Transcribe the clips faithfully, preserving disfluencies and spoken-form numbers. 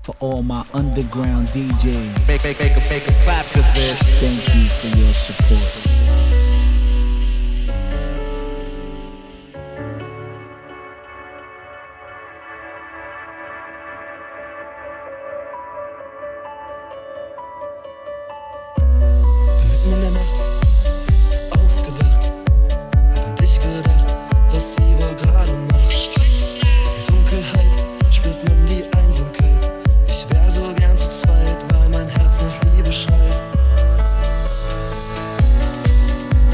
For all my underground D Js, Make, make, make, a, make a clap to this. thank you for your support. Mitten in der Nacht aufgewacht, hab an dich gedacht, was sie wohl gerade macht. In der Dunkelheit spürt man die Einsamkeit. Ich wär so gern zu zweit, weil mein Herz nach Liebe schreit.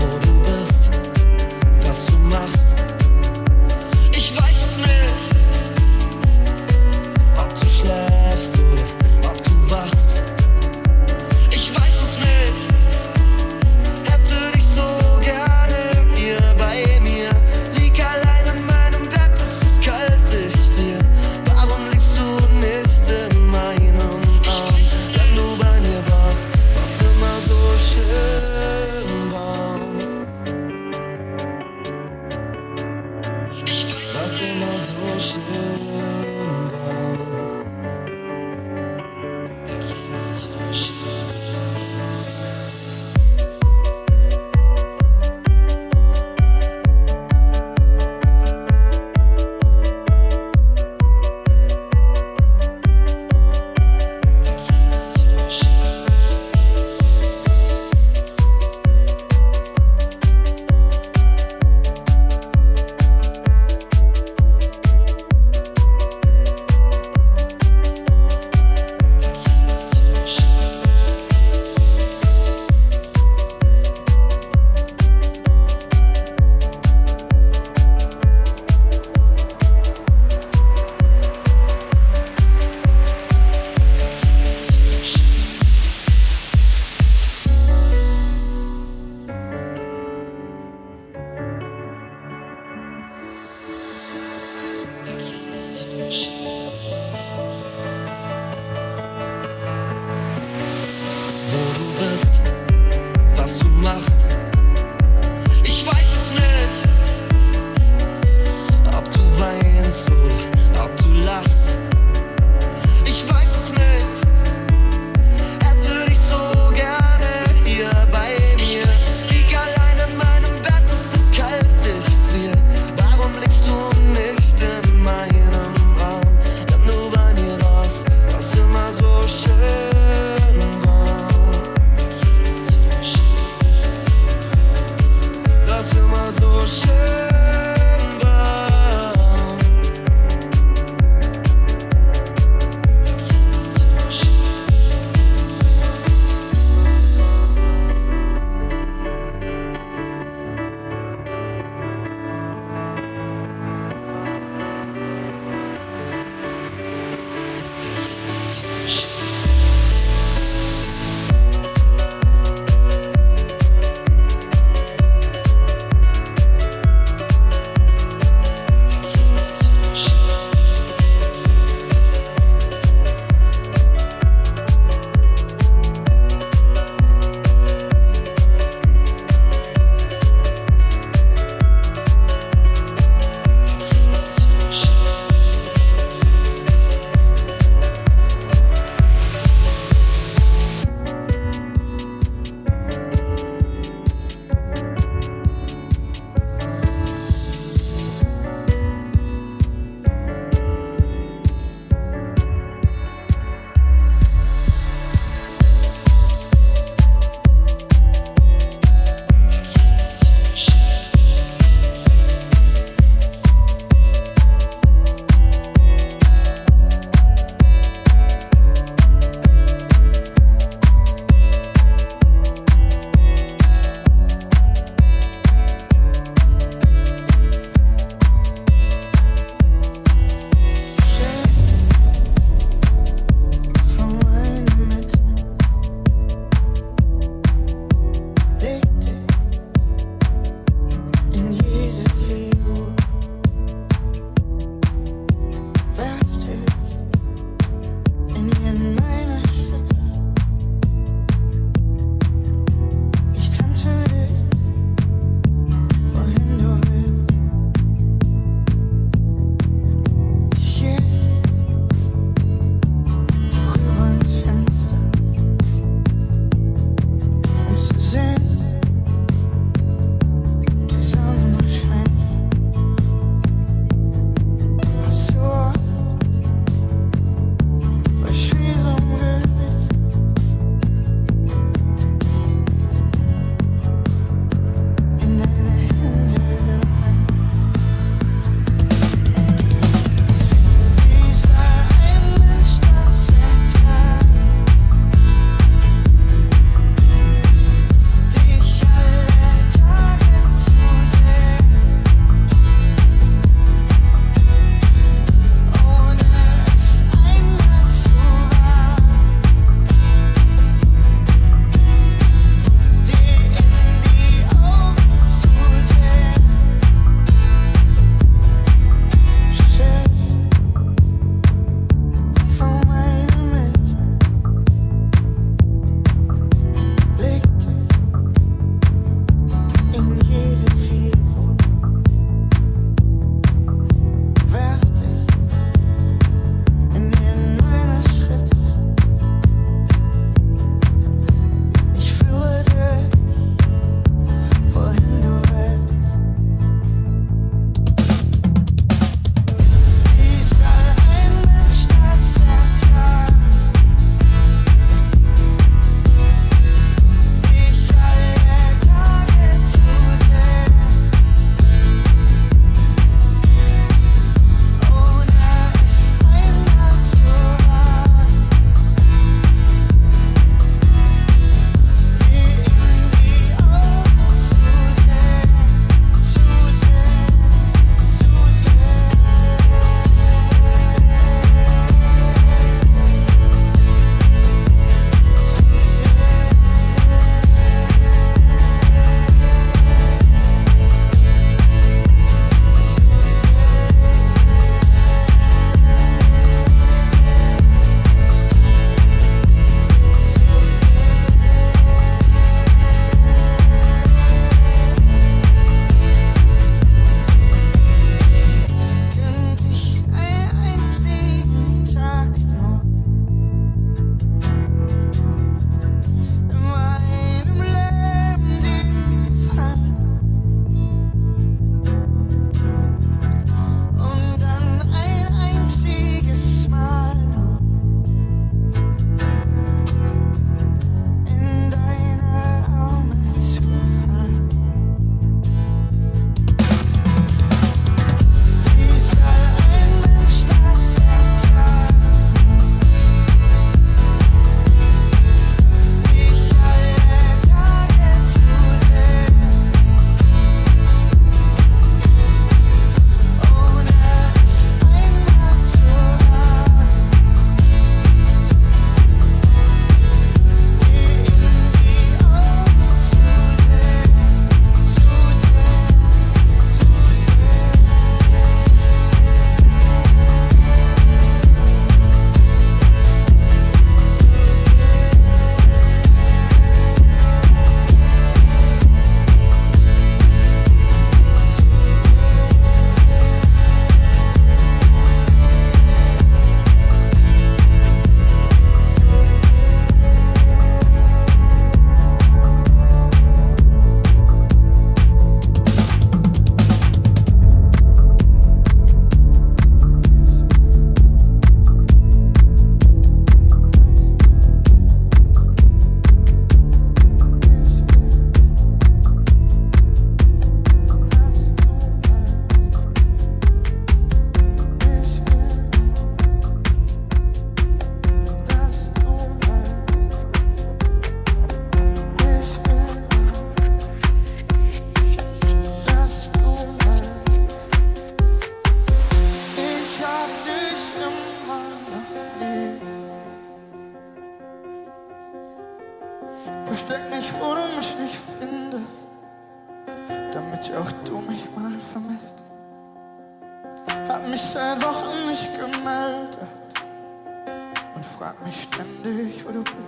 Versteck mich, wo du mich nicht findest, damit auch du mich mal vermisst. Hab mich seit Wochen nicht gemeldet und frag mich ständig, wo du bist.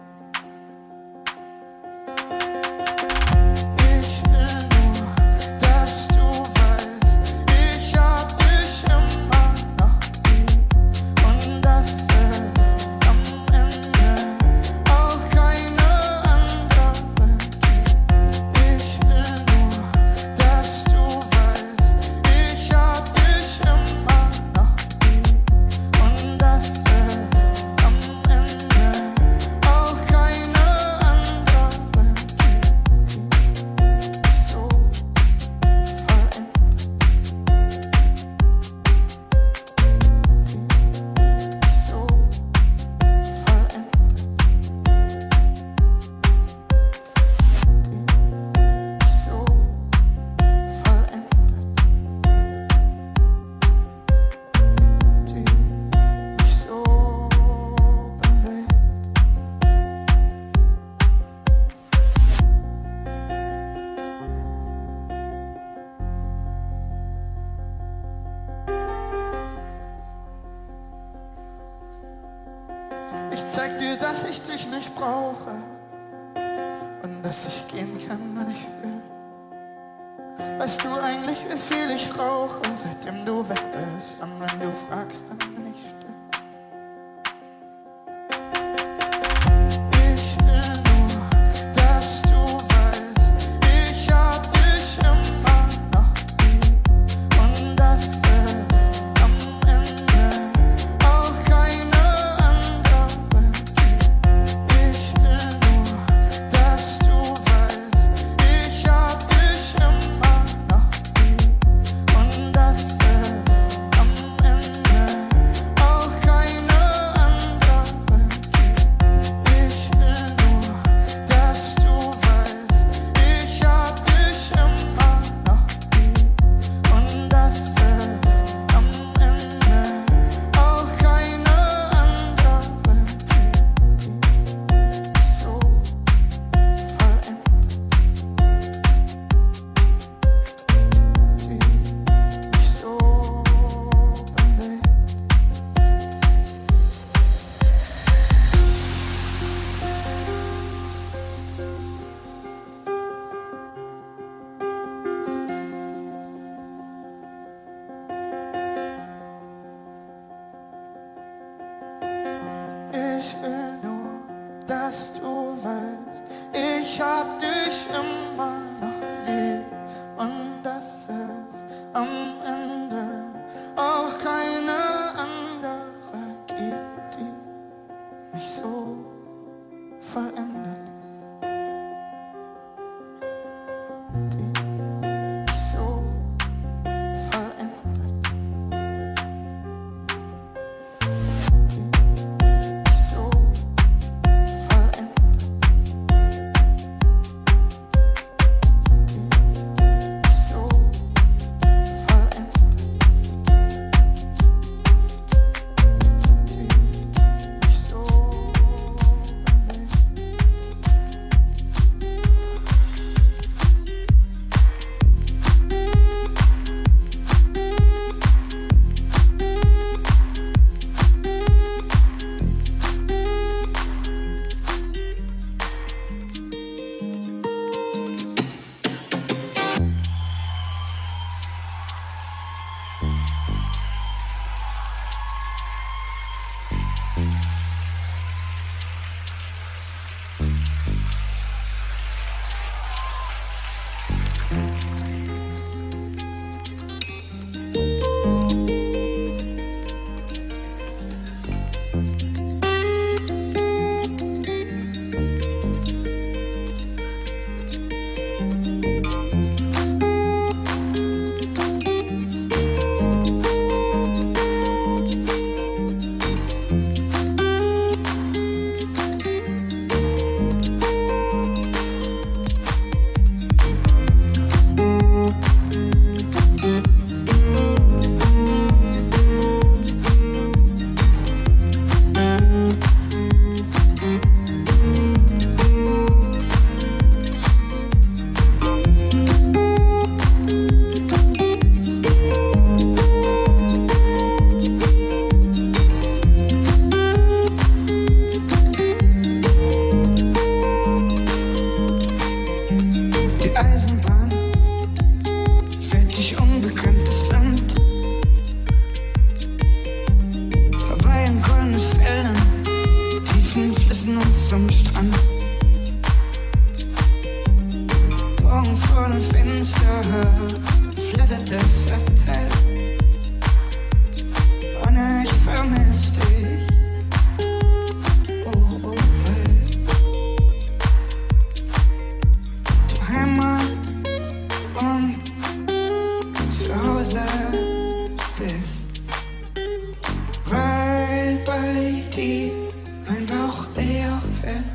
Ich zeig dir, dass ich dich nicht brauche und dass ich gehen kann, wenn ich will. Weißt du eigentlich, wie viel ich rauche, seitdem du weg bist? Und wenn du fragst, dann bin ich still. Ich will nur, dass du weißt, ich hab dich immer noch lieb und dass es am Ende auch keine Ich will nur, dass du weißt, ich hab dich immer noch lieb und dass es am Ende auch keine andere gibt, die mich so verändert. Die mich so verändert. Tiefenflüssen und zum Strand. Morgen vor dem Fenster flattert das Hotel. Anne, ich vermiss dich. Oh, oh, weil du Heimat und zu Hause bist. Weil bei dir mein Bauch leer fällt.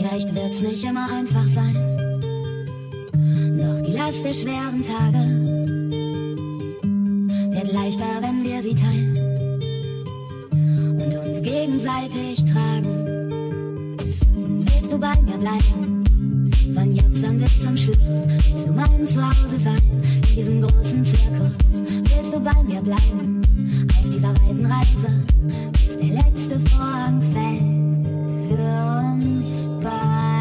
Vielleicht wird's nicht immer einfach sein, doch die Last der schweren Tage wird leichter, wenn wir sie teilen und uns gegenseitig tragen. Willst du bei mir bleiben, von jetzt an bis zum Schluss? Willst du mein Zuhause sein, in diesem großen Zirkus? Willst du bei mir bleiben, auf dieser weiten Reise, bis der letzte Vorhang fällt für uns beide?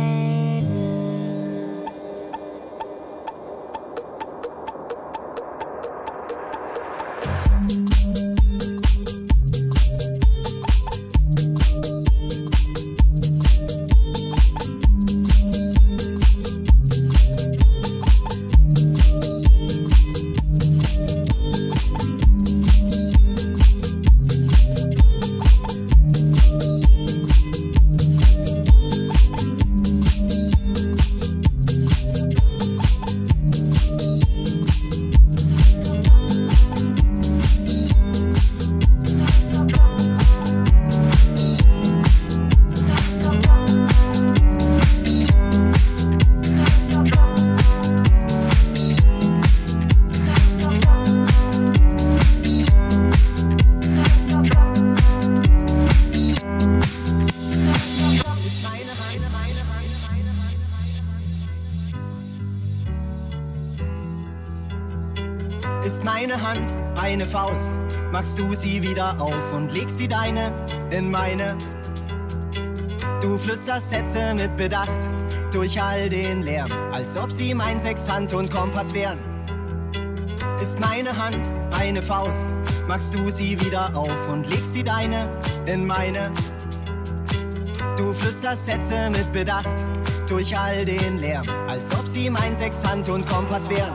Ist meine Hand eine Faust, machst du sie wieder auf und legst die deine in meine. Du flüsterst Sätze mit Bedacht durch all den Lärm, als ob sie mein Sextant und Kompass wären. Ist meine Hand eine Faust, machst du sie wieder auf und legst die deine in meine. Du flüsterst Sätze mit Bedacht durch all den Lärm, als ob sie mein Sextant und Kompass wären.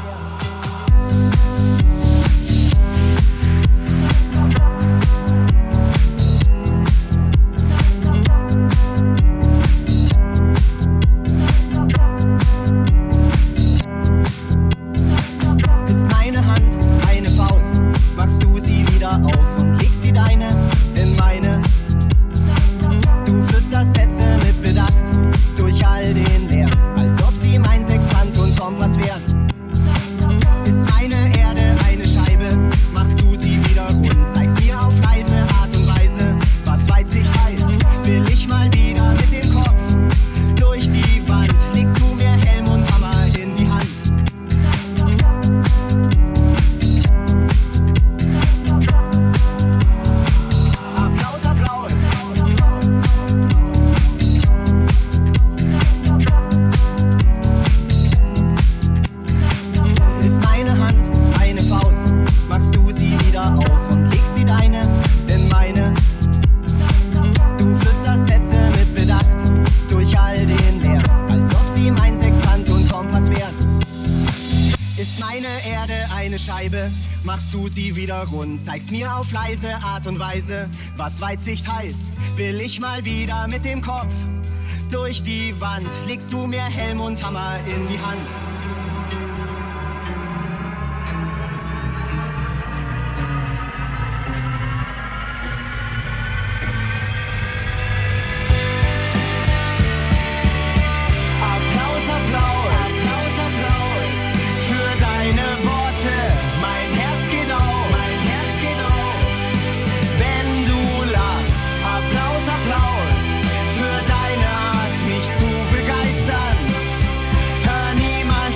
Machst du sie wieder rund, zeigst mir auf leise Art und Weise, was Weitsicht heißt. Will ich mal wieder mit dem Kopf durch die Wand, legst du mir Helm und Hammer in die Hand. Für deine Art, mich zu begeistern. Hör niemand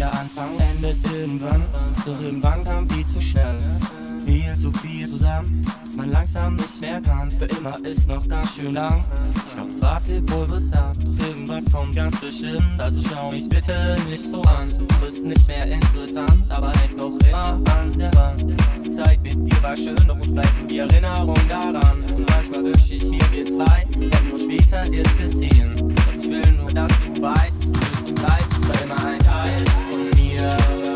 der Anfang endet irgendwann. Doch irgendwann kam viel zu schnell. Viel zu viel zusammen, bis man langsam nicht mehr kann. Für immer ist noch ganz schön lang. Ich glaub, das war's lebt wohl was ab. Doch irgendwas kommt ganz bestimmt. Also schau mich bitte nicht so an. Du bist nicht mehr interessant, aber hängst noch immer an der Wand. Die Zeit mit dir war schön, doch uns bleibt die Erinnerung daran. Und manchmal wünsch ich mir, wir zwei hätten nur später erst gesehen. Doch ich will nur, dass du weißt, du bist und bleibst für immer ein Teil von mir.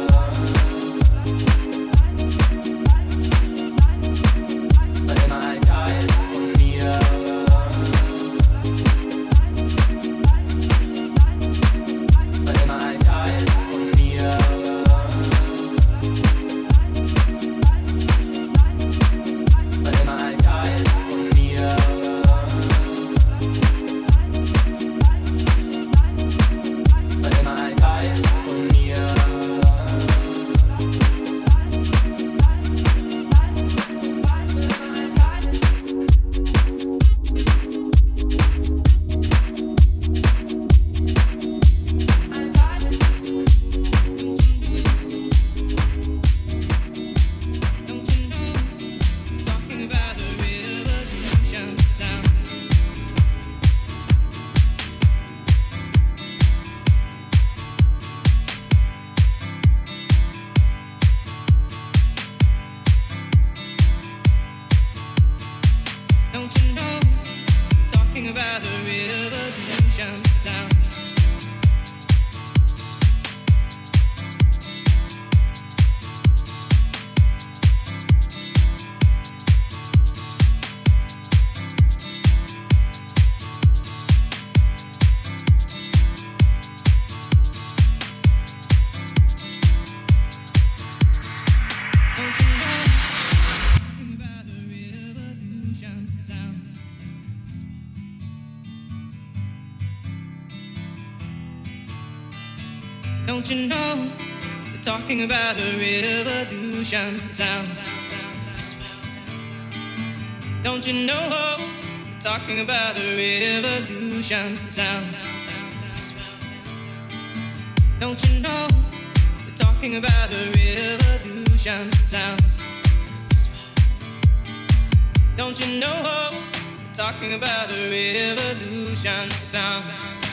Don't you know, we're talking about a revolution sounds. Don't you know, we're talking about a revolution sounds. Don't you know, we're talking about a revolution sounds. Don't you know, we're talking about a revolution sounds.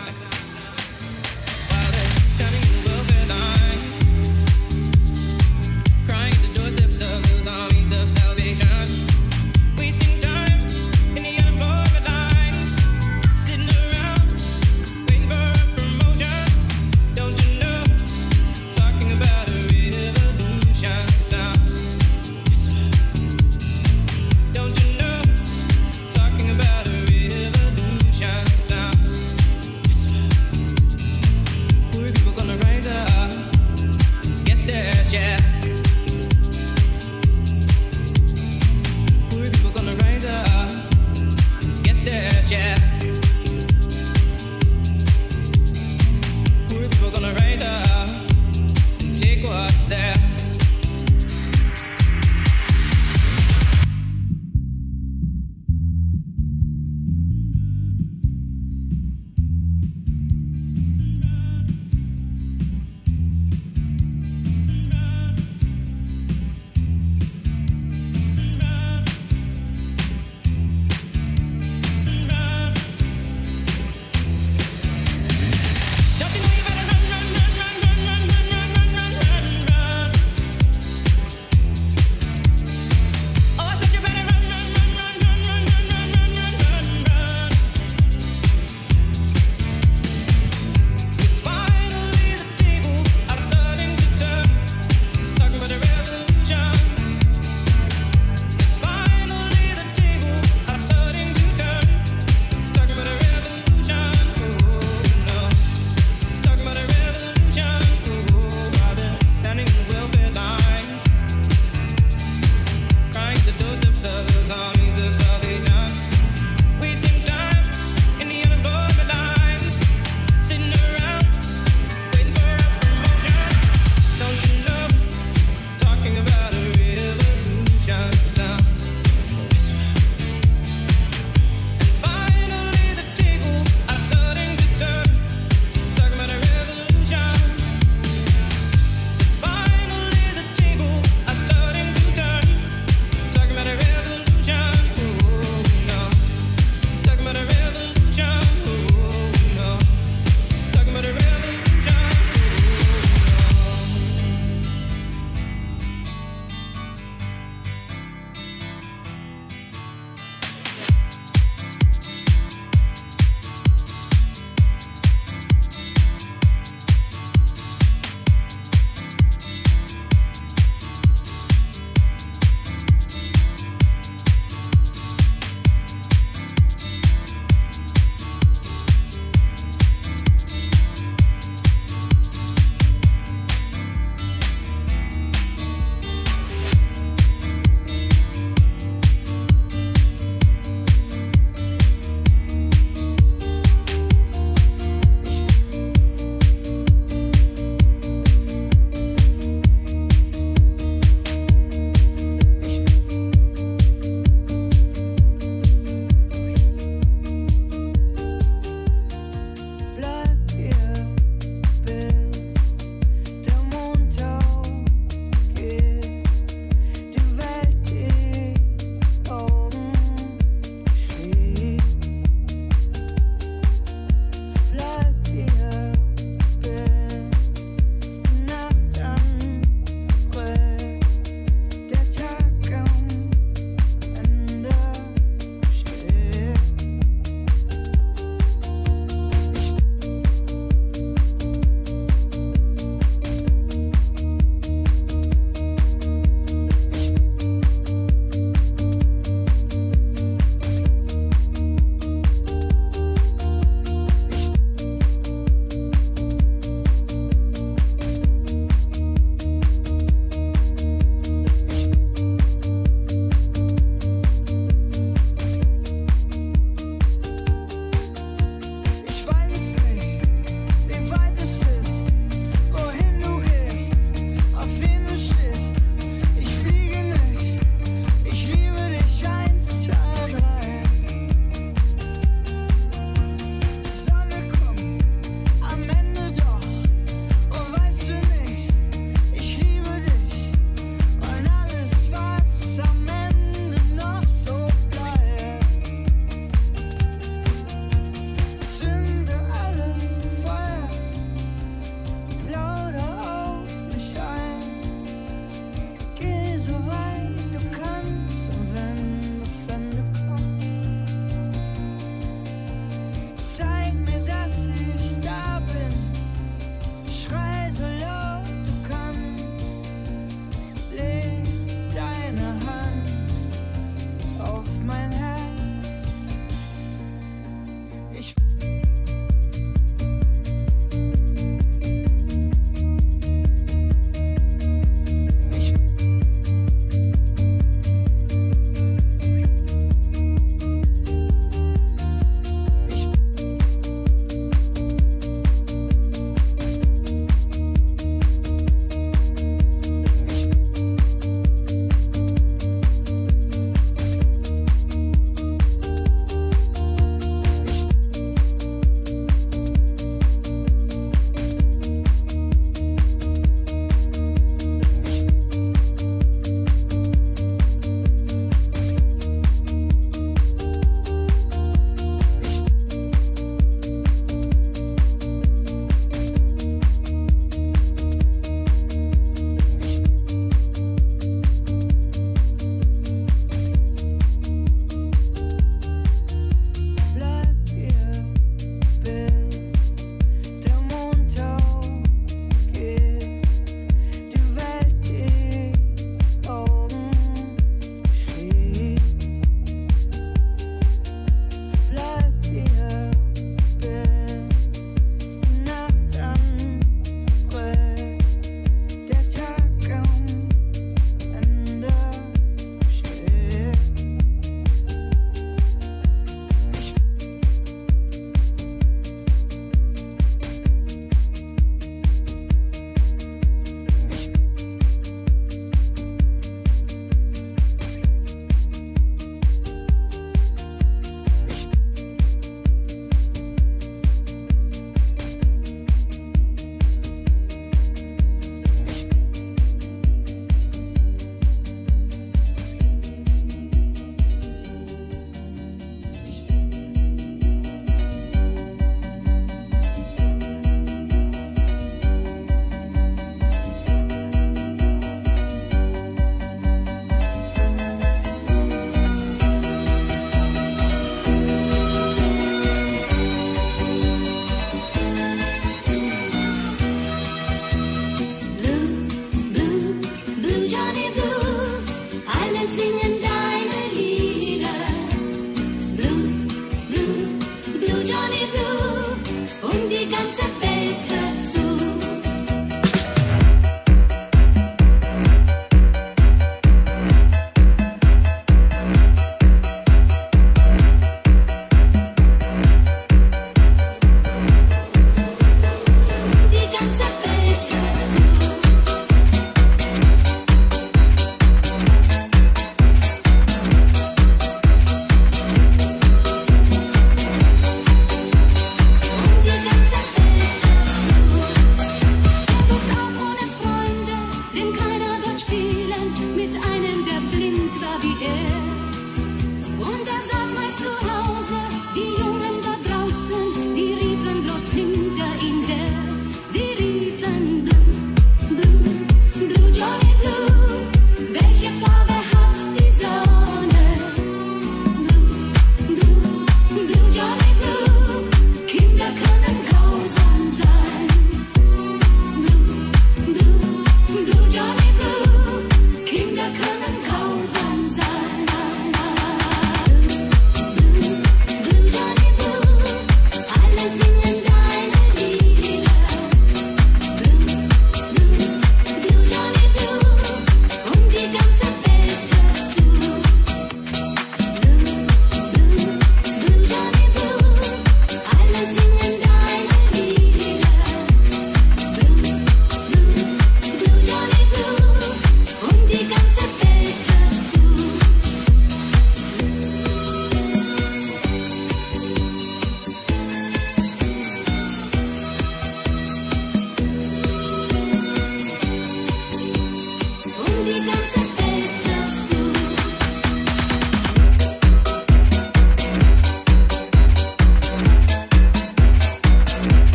Crying at the doorsteps of those armies of salvation, wasting time in the unemployment lines, sitting around waiting for a promotion. Don't you know, talking about a revolution sounds. Don't you know, talking about a revolution sounds.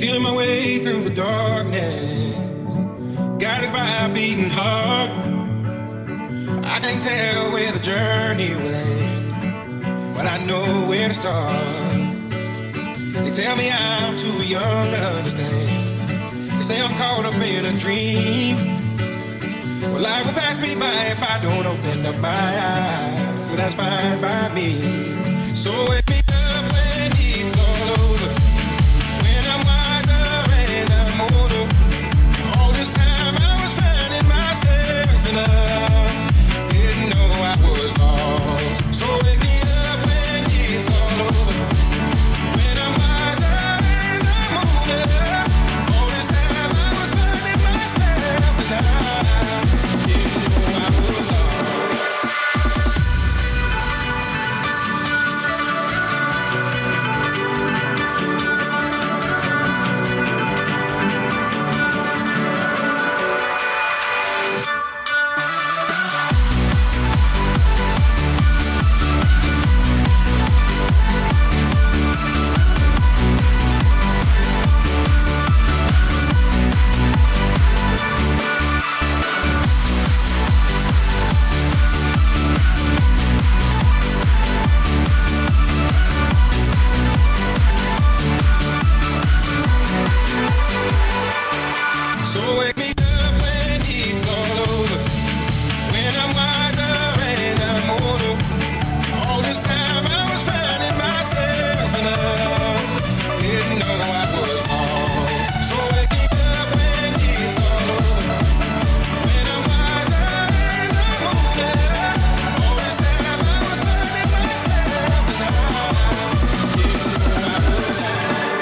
Feeling my way through the darkness, guided by a beating heart. I can't tell where the journey will end, but I know where to start. They tell me I'm too young to understand. They say I'm caught up in a dream. Well, life will pass me by if I don't open up my eyes. So that's fine by me. So wake me up when it's all over, when I'm wiser and I'm older. All this time I was finding myself and I didn't know I was lost. So wake me up when it's all over, when I'm wiser and I'm older. All this time I was finding myself and I didn't know I was lost. So wake me up when it's all over, when I'm wiser and I'm older. All this time I was finding myself and I didn't know I was lost. So wake me up when it's all over, when I'm wiser and I'm older. All this time I was finding myself and I didn't know I was lost.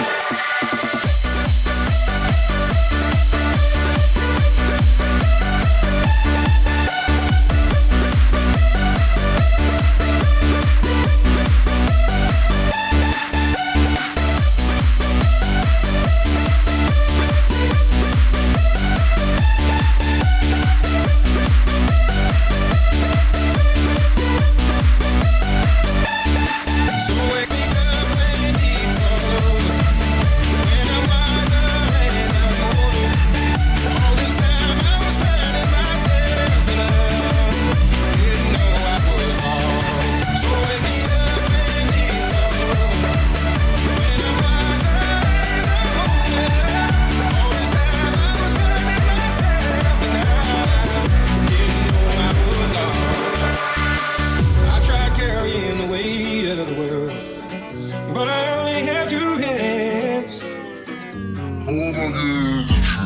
So wake me up when it's all over, when I'm wiser and I'm older. All this time I was finding myself and I didn't know I was lost. So wake me up when it's all over, when I'm wiser and I'm older. All this time I was finding myself and I didn't know I was lost. I tried carrying the weight of the world, but I only have two hands. Oh my God.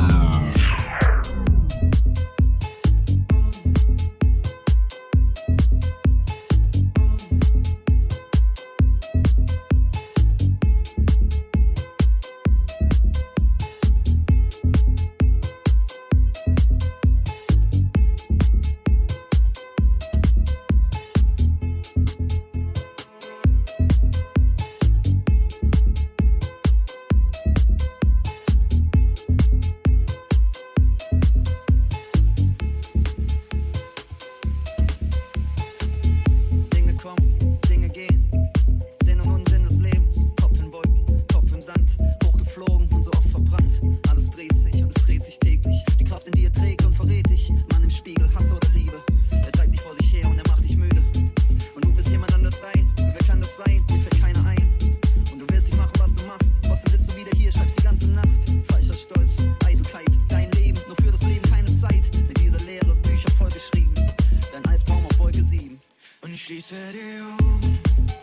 Dinge kommen, Dinge gehen. Sinn und Unsinn des Lebens. Kopf in Wolken, Kopf im Sand. Hochgeflogen und so oft verbrannt. Alles dreht sich und es dreht sich täglich. Die Kraft in dir trägt und verrät dich. Mann im Spiegel, Hass oder Liebe. Er treibt dich vor sich her und er macht dich müde. Und du willst jemand anders sein. Und wer kann das sein? Dir fällt keiner ein. Und du willst nicht machen, was du machst. Trotzdem sitzt du wieder hier, schreibst die ganze Nacht. Falscher Stolz, Eitelkeit, dein Leben. Nur für das Leben keine Zeit. Mit dieser Leere, Bücher vollgeschrieben. Dein Albtraum auf Wolke sieben. Und ich schließe die Augen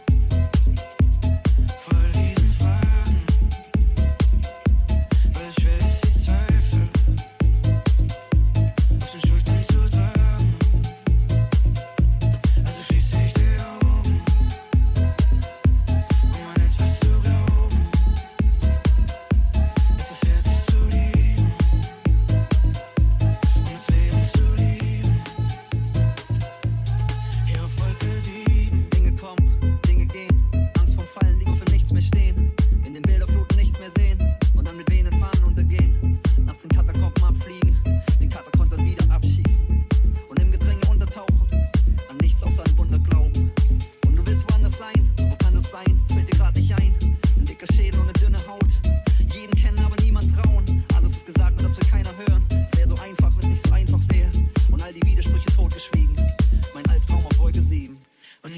vor diesen Fragen, weil es schwer ist, die Zweifel auf den Schultern zu tragen. Also schließe ich die Augen, um an etwas zu glauben. Es ist wert, sich zu lieben, um das Leben zu lieben. Hier auf Wolke sieben. Dinge kommen, Dinge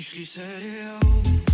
Ich schließe die Augen